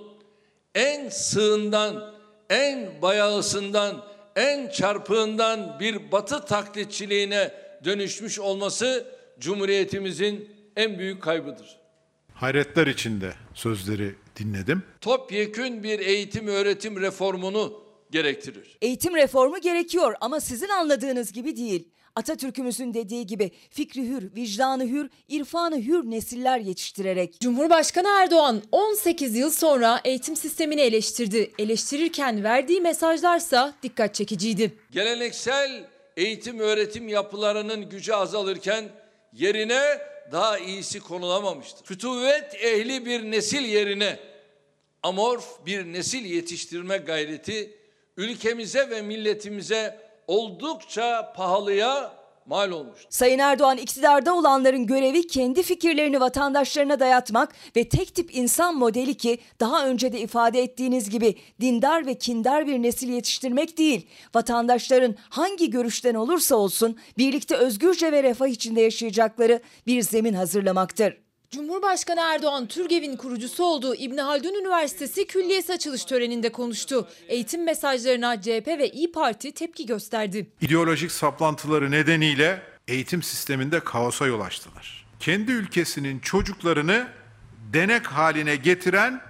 en sığından, en bayağısından, en çarpığından bir batı taklitçiliğine dönüşmüş olması Cumhuriyetimizin en büyük kaybıdır. Hayretler içinde sözleri dinledim. Topyekün bir eğitim öğretim reformunu gerektirir. Eğitim reformu gerekiyor ama sizin anladığınız gibi değil. Atatürk'ümüzün dediği gibi fikri hür, vicdanı hür, irfanı hür nesiller yetiştirerek. Cumhurbaşkanı Erdoğan on sekiz yıl sonra eğitim sistemini eleştirdi. Eleştirirken verdiği mesajlarsa dikkat çekiciydi. Geleneksel eğitim öğretim yapılarının gücü azalırken yerine daha iyisi konulamamıştır. Fütüvvet ehli bir nesil yerine amorf bir nesil yetiştirme gayreti ülkemize ve milletimize oldukça pahalıya mal olmuştur. Sayın Erdoğan, iktidarda olanların görevi kendi fikirlerini vatandaşlarına dayatmak ve tek tip insan modeli ki daha önce de ifade ettiğiniz gibi dindar ve kindar bir nesil yetiştirmek değil, vatandaşların hangi görüşten olursa olsun birlikte özgürce ve refah içinde yaşayacakları bir zemin hazırlamaktır. Cumhurbaşkanı Erdoğan, TÜRGEV'in kurucusu olduğu İbn Haldun Üniversitesi külliyesi açılış töreninde konuştu. Eğitim mesajlarına C H P ve İYİ Parti tepki gösterdi. İdeolojik saplantıları nedeniyle eğitim sisteminde kaosa yol açtılar. Kendi ülkesinin çocuklarını denek haline getiren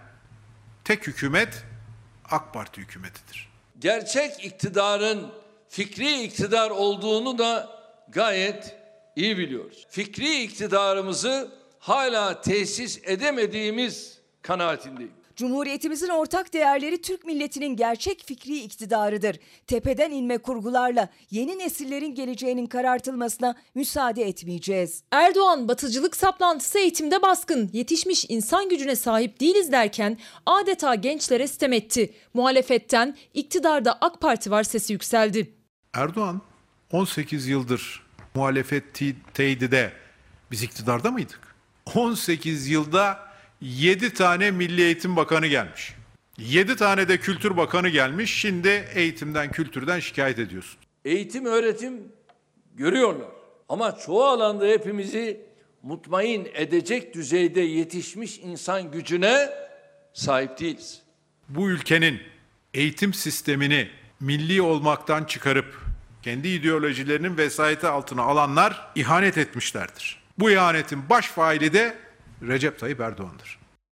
tek hükümet AK Parti hükümetidir. Gerçek iktidarın fikri iktidar olduğunu da gayet iyi biliyoruz. Fikri iktidarımızı hala tesis edemediğimiz kanaatindeyim. Cumhuriyetimizin ortak değerleri Türk milletinin gerçek fikri iktidarıdır. Tepeden inme kurgularla yeni nesillerin geleceğinin karartılmasına müsaade etmeyeceğiz. Erdoğan, batıcılık saplantısı eğitimde baskın, yetişmiş insan gücüne sahip değiliz derken adeta gençlere sitem etti. Muhalefetten iktidarda AK Parti var sesi yükseldi. Erdoğan on sekiz yıldır muhalefetteydi de biz iktidarda mıydık? on sekiz yılda yedi tane Milli Eğitim Bakanı gelmiş. yedi tane de Kültür Bakanı gelmiş. Şimdi eğitimden, kültürden şikayet ediyorsun. Eğitim, öğretim görüyorlar. Ama çoğu alanda hepimizi mutmain edecek düzeyde yetişmiş insan gücüne sahip değiliz. Bu ülkenin eğitim sistemini milli olmaktan çıkarıp kendi ideolojilerinin vesayeti altına alanlar ihanet etmişlerdir. Bu ihanetin baş faili de Recep Tayyip Erdoğan'dır.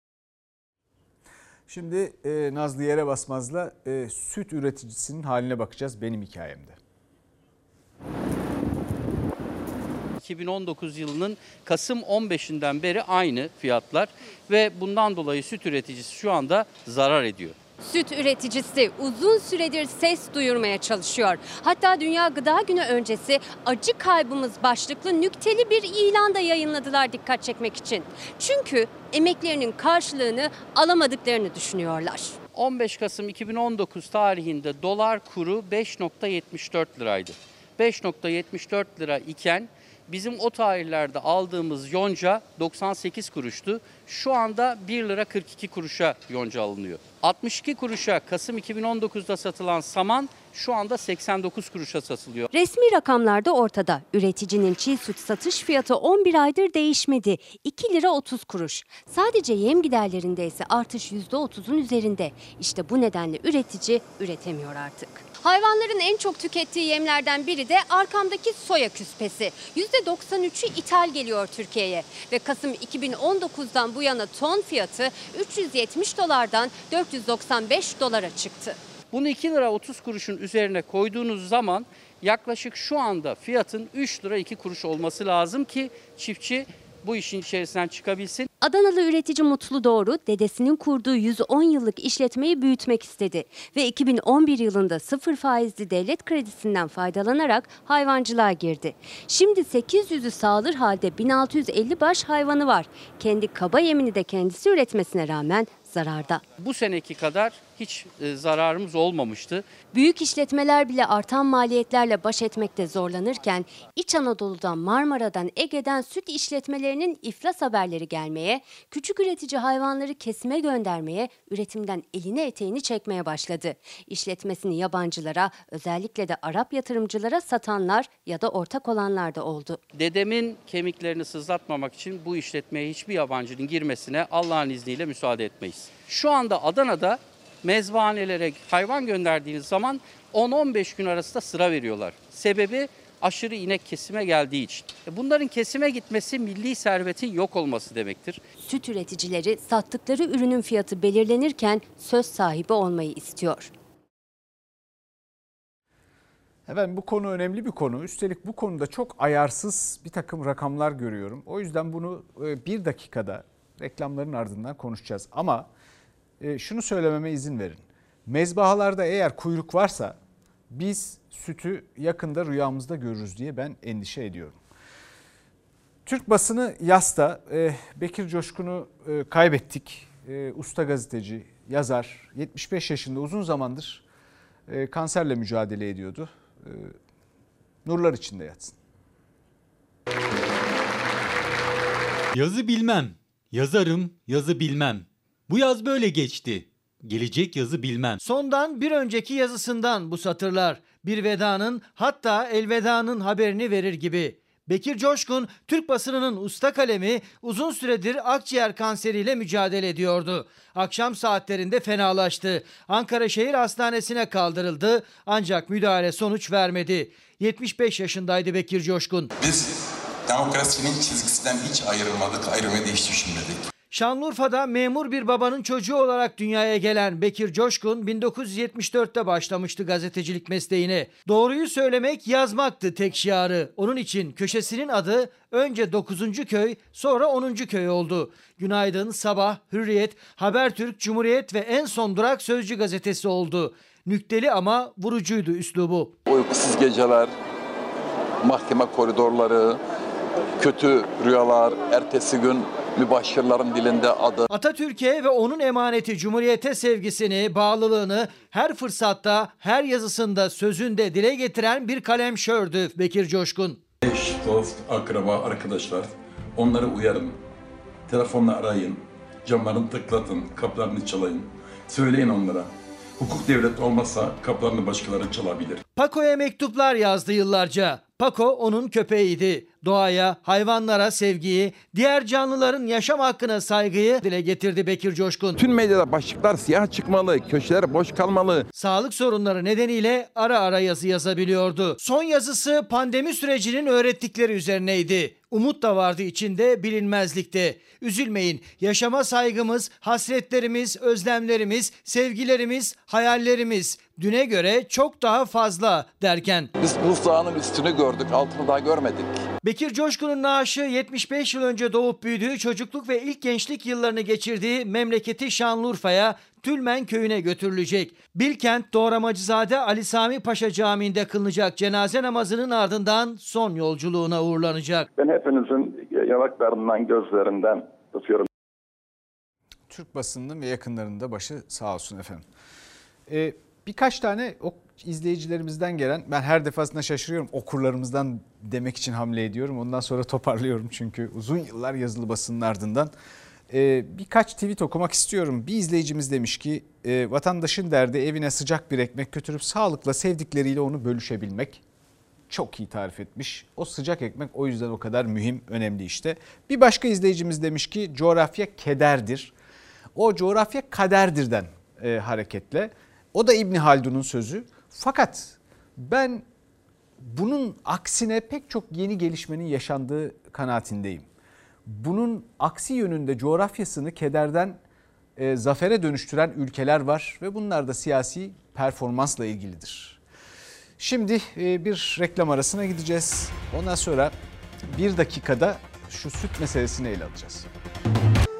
Şimdi e, Nazlı Yere Basmaz'la e, süt üreticisinin haline bakacağız benim hikayemde. iki bin on dokuz yılının Kasım on beşinden beri aynı fiyatlar ve bundan dolayı süt üreticisi şu anda zarar ediyor. Süt üreticisi uzun süredir ses duyurmaya çalışıyor. Hatta Dünya Gıda Günü öncesi acı kaybımız başlıklı nükteli bir ilan da yayınladılar dikkat çekmek için. Çünkü emeklerinin karşılığını alamadıklarını düşünüyorlar. on beş Kasım iki bin on dokuz tarihinde dolar kuru beş nokta yetmiş dört liraydı. beş nokta yetmiş dört lira iken bizim o tarihlerde aldığımız yonca doksan sekiz kuruştu. Şu anda bir lira kırk iki kuruşa yonca alınıyor. altmış iki kuruşa Kasım iki bin on dokuzda satılan saman şu anda seksen dokuz kuruşa satılıyor. Resmi rakamlarda ortada. Üreticinin çiğ süt satış fiyatı on bir aydır değişmedi. iki lira otuz kuruş. Sadece yem giderlerinde ise artış yüzde otuzun üzerinde. İşte bu nedenle üretici üretemiyor artık. Hayvanların en çok tükettiği yemlerden biri de arkamdaki soya küspesi. yüzde doksan üçü ithal geliyor Türkiye'ye. Ve Kasım iki bin on dokuzdan bu yana ton fiyatı üç yüz yetmiş dolardan dört yüz doksan beş dolara çıktı. Bunu iki lira otuz kuruşun üzerine koyduğunuz zaman yaklaşık şu anda fiyatın üç lira iki kuruş olması lazım ki çiftçi bu işin içerisinden çıkabilsin. Adanalı üretici Mutlu Doğru, dedesinin kurduğu yüz on yıllık işletmeyi büyütmek istedi ve iki bin on bir yılında sıfır faizli devlet kredisinden faydalanarak hayvancılığa girdi. Şimdi sekiz yüzü sağılır halde bin altı yüz elli baş hayvanı var. Kendi kaba yemini de kendisi üretmesine rağmen zararda. Bu seneki kadar hiç e, zararımız olmamıştı. Büyük işletmeler bile artan maliyetlerle baş etmekte zorlanırken İç Anadolu'dan, Marmara'dan, Ege'den süt işletmelerinin iflas haberleri gelmeye, küçük üretici hayvanları kesime göndermeye, üretimden elini eteğini çekmeye başladı. İşletmesini yabancılara, özellikle de Arap yatırımcılara satanlar ya da ortak olanlar da oldu. Dedemin kemiklerini sızlatmamak için bu işletmeye hiçbir yabancının girmesine Allah'ın izniyle müsaade etmeyiz. Şu anda Adana'da mezbahanelere hayvan gönderdiğiniz zaman on on beş gün arasında sıra veriyorlar. Sebebi aşırı inek kesime geldiği için. Bunların kesime gitmesi milli servetin yok olması demektir. Süt üreticileri sattıkları ürünün fiyatı belirlenirken söz sahibi olmayı istiyor. Efendim bu konu önemli bir konu. Üstelik bu konuda çok ayarsız bir takım rakamlar görüyorum. O yüzden bunu bir dakikada reklamların ardından konuşacağız. Ama şunu söylememe izin verin. Mezbahalarda eğer kuyruk varsa biz sütü yakında rüyamızda görürüz diye ben endişe ediyorum. Türk basını yasta Bekir Coşkun'u kaybettik. Usta gazeteci, yazar, yetmiş beş yaşında, uzun zamandır kanserle mücadele ediyordu. Nurlar içinde yatsın. Yazı bilmem, yazarım, yazı bilmem. Bu yaz böyle geçti. Gelecek yazı bilmem. Sondan bir önceki yazısından bu satırlar. Bir vedanın, hatta elvedanın haberini verir gibi. Bekir Coşkun, Türk basınının usta kalemi, uzun süredir akciğer kanseriyle mücadele ediyordu. Akşam saatlerinde fenalaştı. Ankara Şehir Hastanesi'ne kaldırıldı ancak müdahale sonuç vermedi. yetmiş beş yaşındaydı Bekir Coşkun. Biz demokrasinin çizgisinden hiç ayrılmadık, ayrılmayı da hiç düşünmedik. Şanlıurfa'da memur bir babanın çocuğu olarak dünyaya gelen Bekir Coşkun bin dokuz yüz yetmiş dörtte başlamıştı gazetecilik mesleğine. Doğruyu söylemek, yazmaktı tek şiarı. Onun için köşesinin adı önce dokuzuncu köy, sonra onuncu köy oldu. Günaydın, Sabah, Hürriyet, Habertürk, Cumhuriyet ve en son durak Sözcü gazetesi oldu. Nükteli ama vurucuydu üslubu. Uykusuz geceler, mahkeme koridorları, kötü rüyalar, ertesi gün mübaşşirlerin dilinde adı. Atatürk'e ve onun emaneti Cumhuriyet'e sevgisini, bağlılığını her fırsatta, her yazısında, sözünde dile getiren bir kalemşördü Bekir Coşkun. Eş, dost, akraba, arkadaşlar, onları uyarın. Telefonla arayın, camlarını tıklatın, kapılarını çalayın. Söyleyin onlara. Hukuk devleti olmazsa kapılarını başkaları çalabilir. Paco'ya mektuplar yazdı yıllarca. Paco onun köpeğiydi. Doğaya, hayvanlara sevgiyi, diğer canlıların yaşam hakkına saygıyı dile getirdi Bekir Coşkun. Tüm medyada başlıklar siyah çıkmalı, köşeler boş kalmalı. Sağlık sorunları nedeniyle ara ara yazı yazabiliyordu. Son yazısı pandemi sürecinin öğrettikleri üzerineydi. Umut da vardı içinde, bilinmezlikte. Üzülmeyin, yaşama saygımız, hasretlerimiz, özlemlerimiz, sevgilerimiz, hayallerimiz düne göre çok daha fazla derken. Biz buzdağının üstünü gördük, altını daha görmedik. Bekir Coşkun'un naaşı yetmiş beş yıl önce doğup büyüdüğü, çocukluk ve ilk gençlik yıllarını geçirdiği memleketi Şanlıurfa'ya, Tülmen köyüne götürülecek. Bilkent Doğramacızade Ali Sami Paşa Camii'nde kılınacak cenaze namazının ardından son yolculuğuna uğurlanacak. Ben hepinizin yanaklarından, gözlerinden tutuyorum. Türk basınının ve yakınlarında başı sağ olsun efendim. Ee, birkaç tane o izleyicilerimizden gelen, ben her defasında şaşırıyorum, okurlarımızdan demek için hamle ediyorum. Ondan sonra toparlıyorum çünkü uzun yıllar yazılı basının ardından. Ee, birkaç tweet okumak istiyorum. Bir izleyicimiz demiş ki e, vatandaşın derdi evine sıcak bir ekmek götürüp sağlıkla sevdikleriyle onu bölüşebilmek. Çok iyi tarif etmiş. O sıcak ekmek o yüzden o kadar mühim, önemli işte. Bir başka izleyicimiz demiş ki coğrafya kederdir. O coğrafya kaderdirden e, hareketle. O da İbni Haldun'un sözü. Fakat ben bunun aksine pek çok yeni gelişmenin yaşandığı kanaatindeyim. Bunun aksi yönünde coğrafyasını kederden e, zafere dönüştüren ülkeler var ve bunlar da siyasi performansla ilgilidir. Şimdi e, bir reklam arasına gideceğiz. Ondan sonra bir dakikada şu süt meselesini ele alacağız.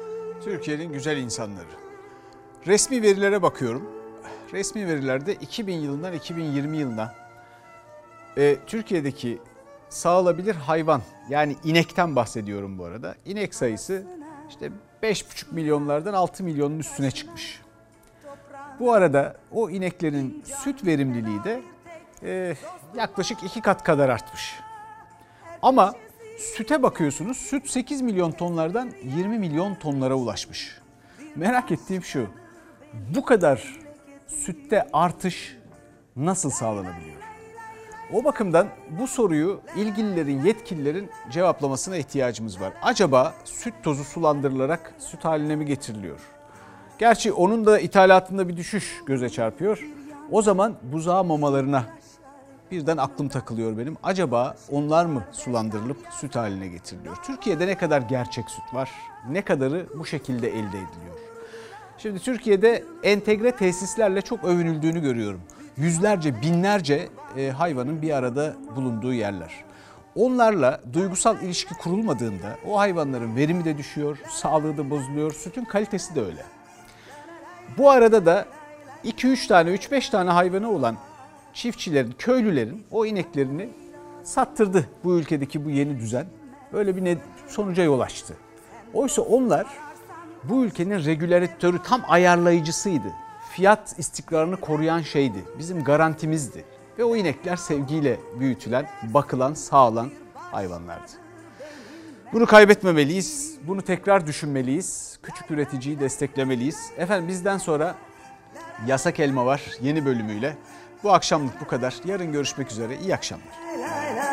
Türkiye'nin güzel insanları. Resmi verilere bakıyorum. Resmi verilerde iki bin yılından iki bin yirmi yılına e, Türkiye'deki sağılabilir hayvan, yani inekten bahsediyorum bu arada. İnek sayısı işte beş buçuk milyonlardan altı milyonun üstüne çıkmış. Bu arada o ineklerin süt verimliliği de e, yaklaşık iki kat kadar artmış. Ama süte bakıyorsunuz, süt sekiz milyon tonlardan yirmi milyon tonlara ulaşmış. Merak ettiğim şu, bu kadar sütte artış nasıl sağlanabiliyor? O bakımdan bu soruyu ilgililerin, yetkililerin cevaplamasına ihtiyacımız var. Acaba süt tozu sulandırılarak süt haline mi getiriliyor? Gerçi onun da ithalatında bir düşüş göze çarpıyor. O zaman buzağı mamalarına birden aklım takılıyor benim. Acaba onlar mı sulandırılıp süt haline getiriliyor? Türkiye'de ne kadar gerçek süt var? Ne kadarı bu şekilde elde ediliyor? Şimdi Türkiye'de entegre tesislerle çok övünüldüğünü görüyorum. Yüzlerce, binlerce e, hayvanın bir arada bulunduğu yerler. Onlarla duygusal ilişki kurulmadığında o hayvanların verimi de düşüyor, sağlığı da bozuluyor, sütün kalitesi de öyle. Bu arada da iki üç tane, üç beş tane hayvanı olan çiftçilerin, köylülerin o ineklerini sattırdı bu ülkedeki bu yeni düzen. Böyle bir sonuca yol açtı. Oysa onlar bu ülkenin regülatörü, tam ayarlayıcısıydı. Fiyat istikrarını koruyan şeydi. Bizim garantimizdi. Ve o inekler sevgiyle büyütülen, bakılan, sağılan hayvanlardı. Bunu kaybetmemeliyiz. Bunu tekrar düşünmeliyiz. Küçük üreticiyi desteklemeliyiz. Efendim bizden sonra Yasak Elma var yeni bölümüyle. Bu akşamlık bu kadar. Yarın görüşmek üzere. İyi akşamlar.